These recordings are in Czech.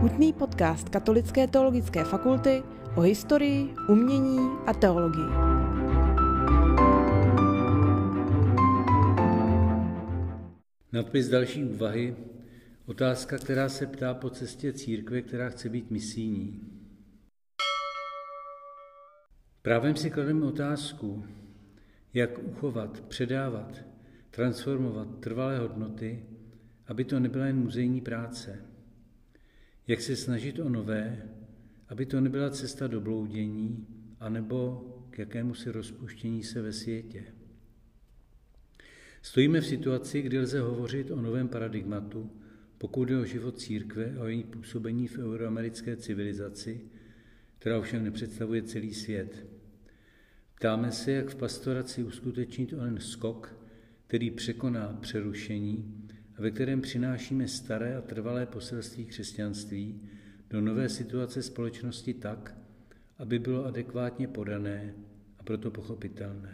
Hutný podcast Katolické teologické fakulty o historii, umění a teologii. Nadpis další úvahy. Otázka, která se ptá po cestě církve, která chce být misijní. Právem si klademe otázku, jak uchovat, předávat, transformovat trvalé hodnoty, aby to nebyla jen muzejní práce. Jak se snažit o nové, aby to nebyla cesta do bloudění, anebo k jakémusi rozpuštění se ve světě. Stojíme v situaci, kdy lze hovořit o novém paradigmatu, pokud jde o život církve a o její působení v euroamerické civilizaci, která ovšem nepředstavuje celý svět. Ptáme se, jak v pastoraci uskutečnit onen skok, který překoná přerušení a ve kterém přinášíme staré a trvalé poselství křesťanství do nové situace společnosti tak, aby bylo adekvátně podané a proto pochopitelné.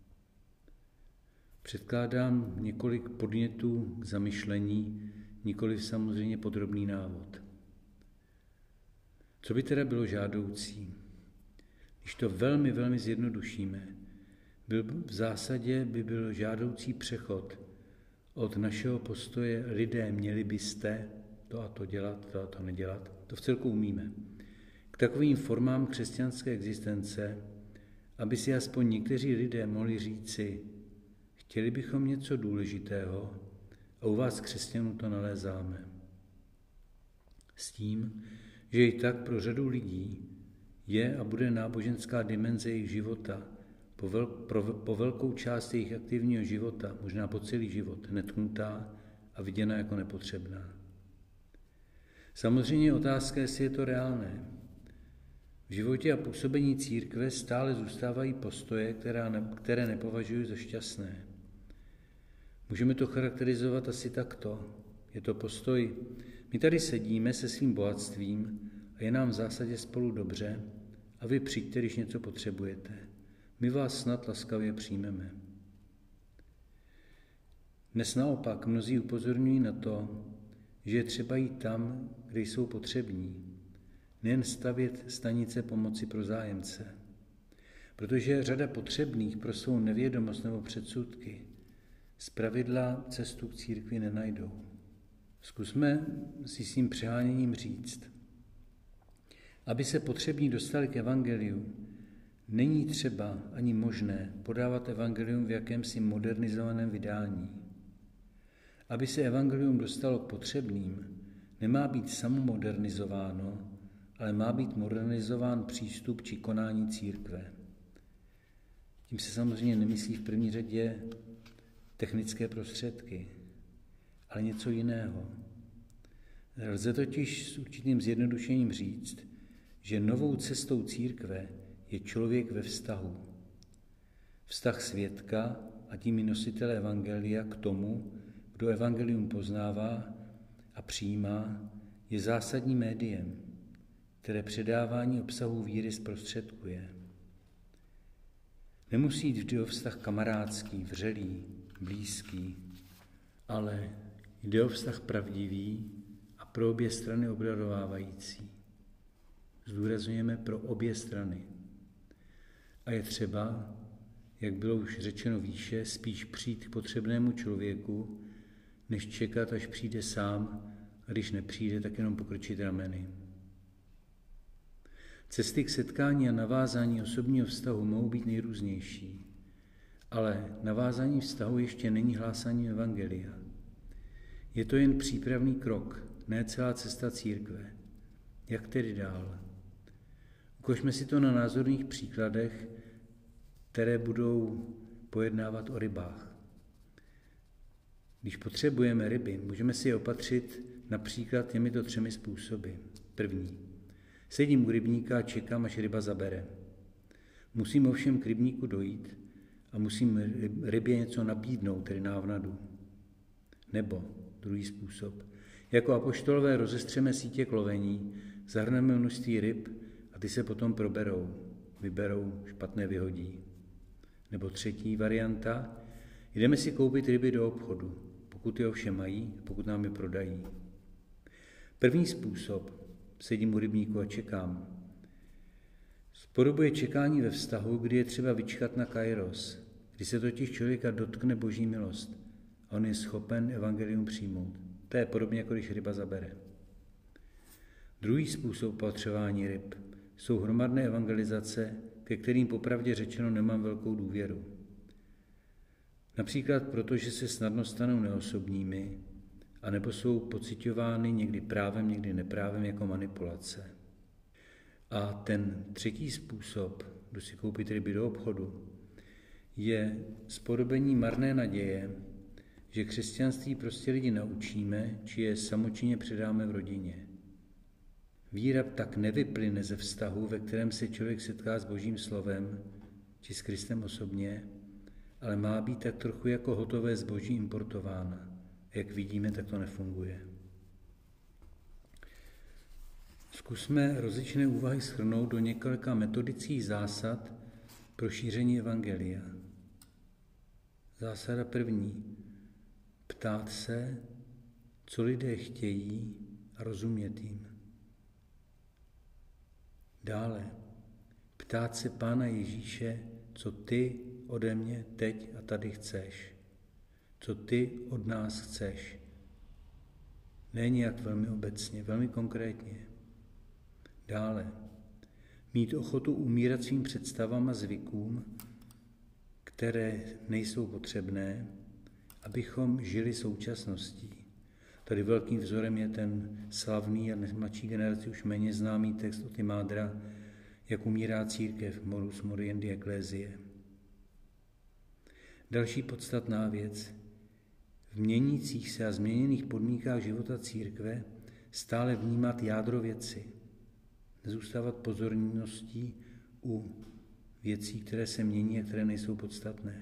Předkládám několik podnětů k zamyšlení, nikoliv samozřejmě podrobný návod. Co by teda bylo žádoucí? Když to velmi zjednodušíme, v zásadě by byl žádoucí přechod od našeho postoje lidé měli byste to a to dělat, to a to nedělat, to vcelku umíme, k takovým formám křesťanské existence, aby si aspoň někteří lidé mohli říci, chtěli bychom něco důležitého a u vás křesťanů to nalézáme. S tím, že i tak pro řadu lidí je a bude náboženská dimenze jejich života po velkou část jejich aktivního života, možná po celý život, netknutá a viděna jako nepotřebná. Samozřejmě otázka, jestli je to reálné. V životě a působení církve stále zůstávají postoje, které nepovažuji za šťastné. Můžeme to charakterizovat asi takto. Je to postoj, my tady sedíme se svým bohatstvím a je nám v zásadě spolu dobře a vy přijďte, když něco potřebujete. My vás snad laskavě přijmeme. Dnes naopak mnozí upozorňují na to, že je třeba jít tam, kde jsou potřební. Nejen stavět stanice pomoci pro zájemce. Protože řada potřebných pro svou nevědomost nebo předsudky zpravidla cestu k církvi nenajdou. Zkusme si s tím přeháněním říct. Aby se potřební dostali k evangeliu, není třeba ani možné podávat evangelium v jakémsi modernizovaném vydání. Aby se evangelium dostalo k potřebným, nemá být samomodernizováno, ale má být modernizován přístup či konání církve. Tím se samozřejmě nemyslí v první řadě technické prostředky, ale něco jiného. Lze totiž s určitým zjednodušením říct, že novou cestou církve je člověk ve vztahu. Vztah svědka a tím i nositele evangelia k tomu, kdo evangelium poznává a přijímá, je zásadním médiem, které předávání obsahu víry zprostředkuje. Nemusí jít vždy o vztah kamarádský, vřelý, blízký, ale jde o vztah pravdivý a pro obě strany obdarovávající. Zdůrazňujeme pro obě strany. A je třeba, jak bylo už řečeno výše, spíš přijít k potřebnému člověku, než čekat, až přijde sám, a když nepřijde, tak jenom pokrčit rameny. Cesty k setkání a navázání osobního vztahu mohou být nejrůznější, ale navázání vztahu ještě není hlásání evangelia. Je to jen přípravný krok, ne celá cesta církve. Jak tedy dál? Ukažme si to na názorných příkladech, které budou pojednávat o rybách. Když potřebujeme ryby, můžeme si je opatřit například těmito 3 způsoby. První. Sedím u rybníka a čekám, až ryba zabere. Musím ovšem k rybníku dojít a musím rybě něco nabídnout, tedy návnadu. Nebo druhý způsob. Jako apoštolové rozestřeme sítě k lovení, zahrneme množství ryb a ty se potom vyberou, špatné vyhodí. Nebo třetí varianta, jdeme si koupit ryby do obchodu, pokud je ovšem mají, pokud nám je prodají. První způsob sedím u rybníku a čekám. Podobuje čekání ve vztahu, kdy je třeba vyčkat na kairos, kdy se totiž člověka dotkne boží milost a on je schopen evangelium přijmout. To je podobně, jako když ryba zabere. Druhý způsob opatřování ryb jsou hromadné evangelizace, ke kterým popravdě řečeno nemám velkou důvěru. Například proto, že se snadno stanou neosobními, anebo jsou pociťovány někdy právem, někdy neprávem jako manipulace. A ten třetí způsob, kdo si koupit ryby do obchodu, je spodobení marné naděje, že křesťanství prostě lidi naučíme, či je samočinně předáme v rodině. Víra tak nevyplyne ze vztahu, ve kterém se člověk setká s Božím slovem, či s Kristem osobně, ale má být tak trochu jako hotové zboží importována. Jak vidíme, tak to nefunguje. Zkusme rozličné úvahy shrnout do několika metodických zásad pro šíření evangelia. Zásada první. Ptát se, co lidé chtějí a rozumět jim. Dále. Ptát se Pána Ježíše, co ty ode mě teď a tady chceš. Co ty od nás chceš. Ne nějak velmi obecně, velmi konkrétně. Dále. Mít ochotu umírat svým představám a zvykům, které nejsou potřebné, abychom žili současností. Tady velkým vzorem je ten slavný a mladší generaci už méně známý text od Imádra, jak umírá církev, morus moriendi ecclesiae. Další podstatná věc. V měnících se a změněných podmínkách života církve stále vnímat jádro věci. Nezůstávat pozorností u věcí, které se mění a které nejsou podstatné.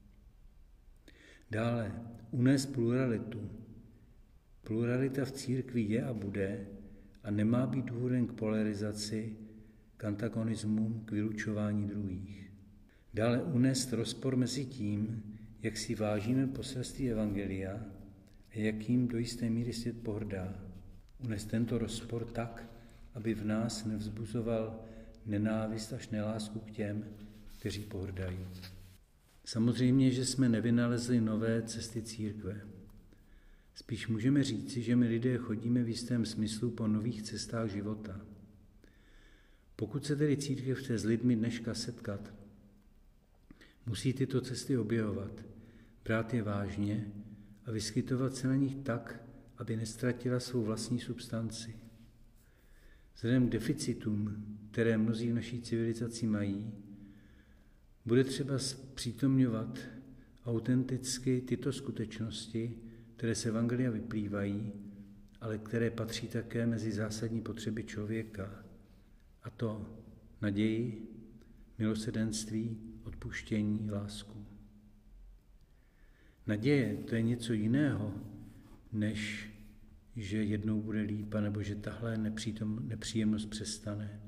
Dále unést pluralitu. Pluralita v církvi je a bude a nemá být důvodem k polarizaci, k antagonismu, k vylučování druhých. Dále unést rozpor mezi tím, jak si vážíme poselství evangelia a jakým do jisté míry svět pohrdá. Unést tento rozpor tak, aby v nás nevzbuzoval nenávist až nelásku k těm, kteří pohrdají. Samozřejmě, že jsme nevynalezli nové cesty církve. Spíš můžeme říci, že my lidé chodíme v jistém smyslu po nových cestách života. Pokud se tedy církev chce s lidmi dneška setkat, musí tyto cesty objevovat, brát je vážně a vyskytovat se na nich tak, aby nestratila svou vlastní substanci. Vzhledem k deficitům, které mnozí v naší civilizaci mají, bude třeba zpřítomňovat autenticky tyto skutečnosti, které z evangelia vyplývají, ale které patří také mezi zásadní potřeby člověka, a to naději, milosrdenství, odpuštění, lásku. Naděje to je něco jiného, než že jednou bude líp, nebo že tahle nepříjemnost přestane.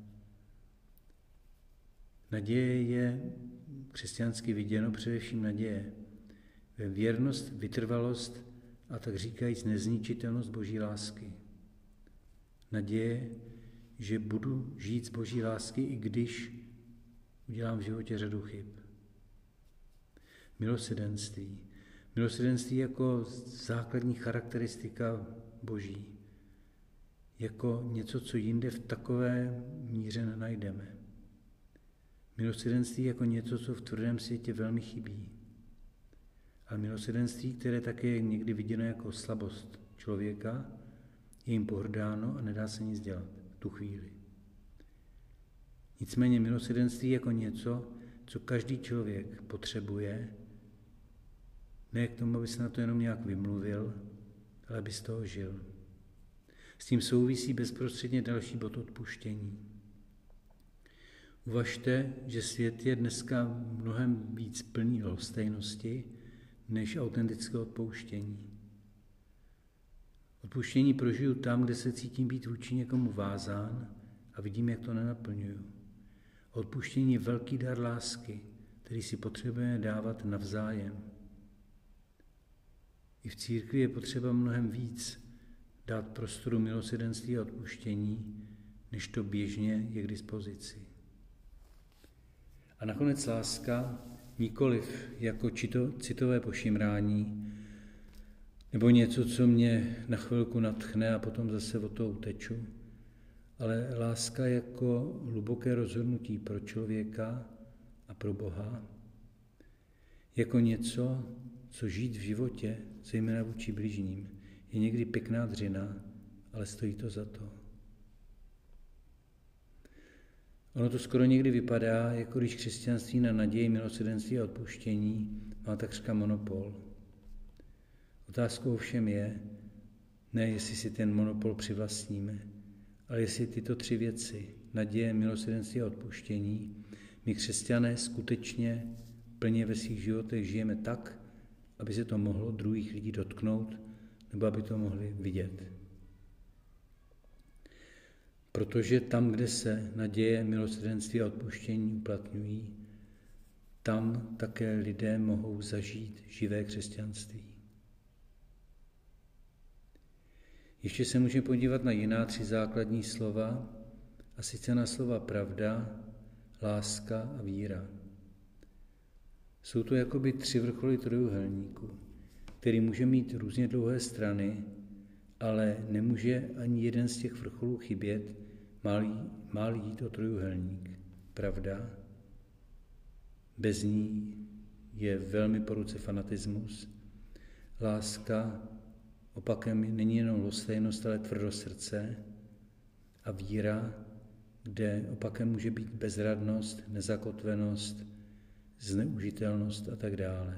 Naděje je křesťansky viděno především naděje ve věrnost, vytrvalost a tak říkajíc nezničitelnost Boží lásky. Naděje, že budu žít z Boží lásky, i když udělám v životě řadu chyb. Milosrdenství. Milosrdenství jako základní charakteristika Boží. Jako něco, co jinde v takové míře nenajdeme. Milosrdenství jako něco, co v tvrdém světě velmi chybí. A milosrdenství, které také je někdy viděno jako slabost člověka, je jim pohrdáno a nedá se nic dělat v tu chvíli. Nicméně milosrdenství jako něco, co každý člověk potřebuje, ne k tomu, aby se na to jenom nějak vymluvil, ale aby z toho žil. S tím souvisí bezprostředně další bod odpuštění. Uvažte, že svět je dneska mnohem víc plný lhostejnosti než autentického odpouštění. Odpuštění prožiju tam, kde se cítím být vůči někomu vázán a vidím, jak to nenaplňuju. Odpuštění je velký dar lásky, který si potřebujeme dávat navzájem. I v církvi je potřeba mnohem víc dát prostoru milosrdenství a odpuštění, než to běžně je k dispozici. A nakonec láska nikoliv jako citové pošimrání nebo něco, co mě na chvilku nadchne a potom zase od toho uteču, ale láska jako hluboké rozhodnutí pro člověka a pro Boha, jako něco, co žít v životě, zejména vůči bližním, je někdy pěkná dřina, ale stojí to za to. Ono to skoro někdy vypadá, jako když křesťanství na naději, milosrdenství a odpuštění má takřka monopol. Otázkou ovšem je, ne jestli si ten monopol přivlastníme, ale jestli tyto tři věci, naděje, milosrdenství a odpuštění, my křesťané skutečně plně ve svých životech žijeme tak, aby se to mohlo druhých lidí dotknout, nebo aby to mohli vidět. Protože tam, kde se naděje, milosrdenství a odpuštění uplatňují, tam také lidé mohou zažít živé křesťanství. Ještě se můžeme podívat na jiná 3 základní slova, a sice na slova pravda, láska a víra. Jsou to jakoby 3 vrcholy trojúhelníku, který může mít různě dlouhé strany, ale nemůže ani jeden z těch vrcholů chybět, má-li jít o trojúhelník. Pravda, bez ní je velmi po ruce fanatismus. Láska opakem není jenom lhostejnost, ale tvrdost srdce. A víra, kde opakem může být bezradnost, nezakotvenost, zneužitelnost a tak dále.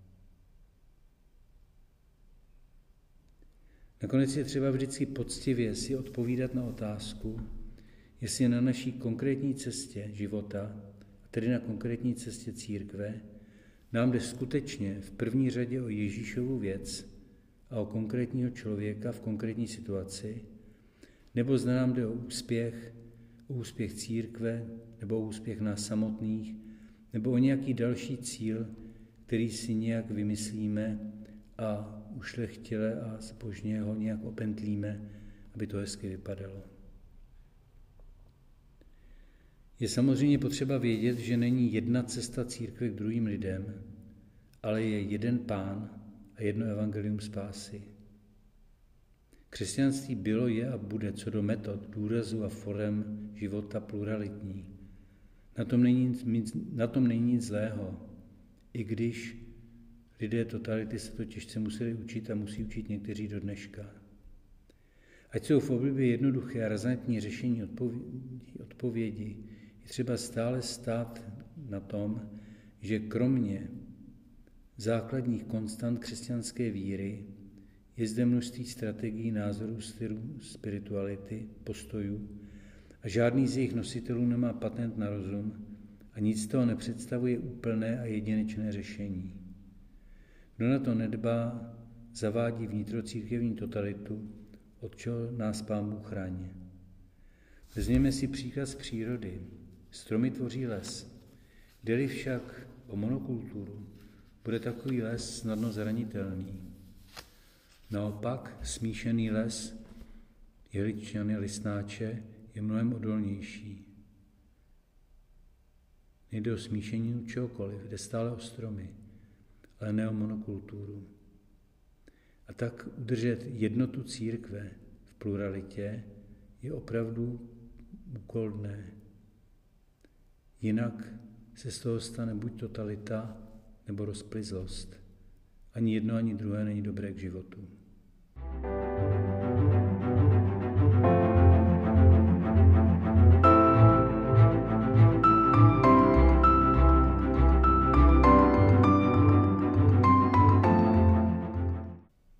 Nakonec je třeba vždycky poctivě si odpovídat na otázku, jestli na naší konkrétní cestě života, a tedy na konkrétní cestě církve, nám jde skutečně v první řadě o Ježíšovu věc a o konkrétního člověka v konkrétní situaci, nebo zda nám jde o úspěch církve, nebo o úspěch nás samotných, nebo o nějaký další cíl, který si nějak vymyslíme a ušlechtile a zbožně ho nějak opentlíme, aby to hezky vypadalo. Je samozřejmě potřeba vědět, že není jedna cesta církve k druhým lidem, ale je jeden Pán a jedno evangelium spásy. Křesťanství bylo, je a bude co do metod, důrazu a forem života pluralitní. Na tom není nic zlého, i když lidé totality se to těžce museli učit a musí učit někteří do dneška. Ať jsou v oblibě jednoduché a razantní řešení odpovědi, je třeba stále stát na tom, že kromě základních konstant křesťanské víry je zde množství strategií, názorů, stylů, spirituality, postojů a žádný z jejich nositelů nemá patent na rozum a nic z toho nepředstavuje úplné a jedinečné řešení. Kdo na to nedbá, zavádí vnitrocírkevní totalitu, od čeho nás Pán Bůh chrání. Vezměme si příklad z přírody. Stromy tvoří les. Jde-li však o monokulturu, bude takový les snadno zranitelný. Naopak smíšený les, jehličnany, listnáče, je mnohem odolnější. Nejde o smíšení čehokoliv, jde stále o stromy, ale ne o monokulturu. A tak udržet jednotu církve v pluralitě je opravdu úkolné. Jinak se z toho stane buď totalita, nebo rozplyzlost. Ani jedno, ani druhé není dobré k životu.